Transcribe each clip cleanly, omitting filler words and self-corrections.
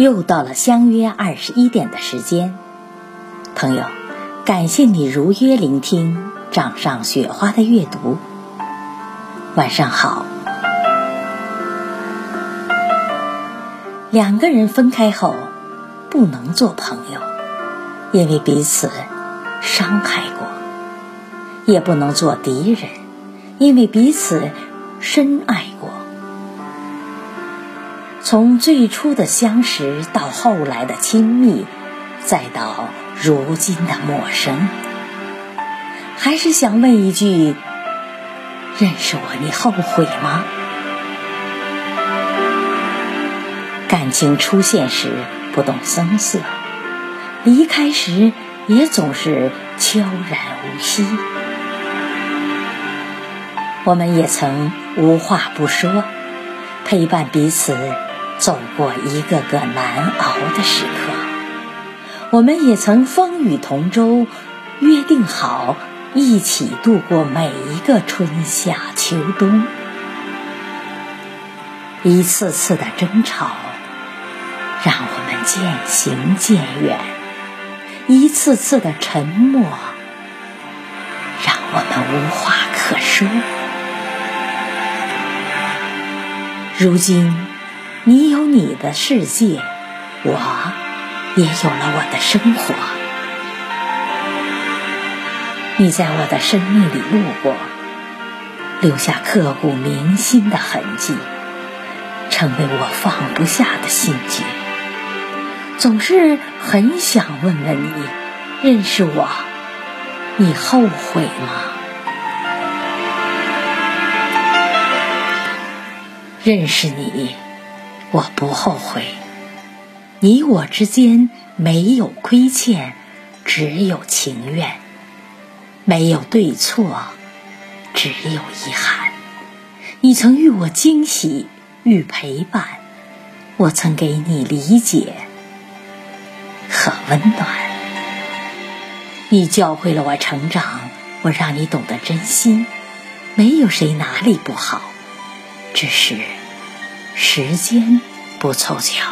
又到了相约21点的时间，朋友，感谢你如约聆听掌上雪花的阅读。晚上好。两个人分开后，不能做朋友，因为彼此伤害过；也不能做敌人，因为彼此深爱过。从最初的相识到后来的亲密，再到如今的陌生，还是想问一句：认识我你后悔吗？感情出现时不动声色，离开时也总是悄然无息。我们也曾无话不说，陪伴彼此走过一个个难熬的时刻。我们也曾风雨同舟，约定好一起度过每一个春夏秋冬。一次次的争吵让我们渐行渐远，一次次的沉默让我们无话可说。如今你有你的世界，我也有了我的生活。你在我的生命里路过，留下刻骨铭心的痕迹，成为我放不下的心结。总是很想问问你，认识我，你后悔吗？认识你，我不后悔。你我之间没有亏欠，只有情愿；没有对错，只有遗憾。你曾予我惊喜与陪伴，我曾给你理解和温暖。你教会了我成长，我让你懂得珍惜。没有谁哪里不好，只是时间不凑巧。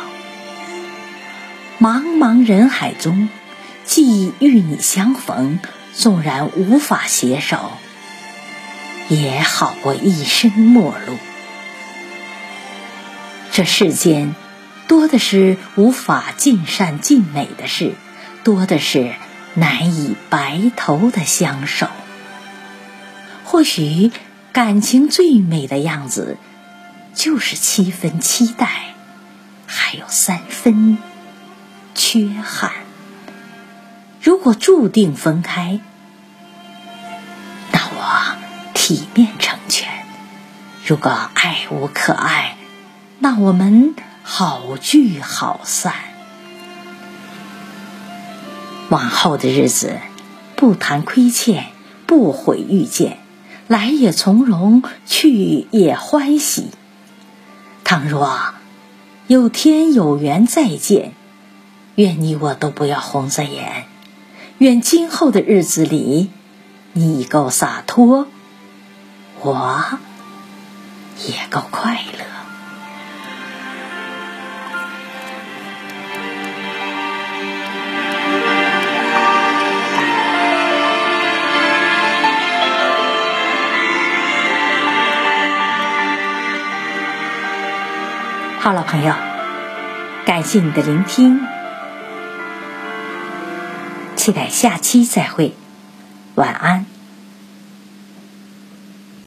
茫茫人海中，既与你相逢，纵然无法携手，也好过一生陌路。这世间多的是无法尽善尽美的事，多的是难以白头的相守。或许感情最美的样子，就是7分期待，还有3分缺憾。如果注定分开，那我体面成全；如果爱无可爱，那我们好聚好散。往后的日子，不谈亏欠，不悔遇见，来也从容，去也欢喜。倘若有天有缘再见，愿你我都不要红着眼，愿今后的日子里，你够洒脱，我也够快乐。好了，朋友，感谢你的聆听，期待下期再会，晚安。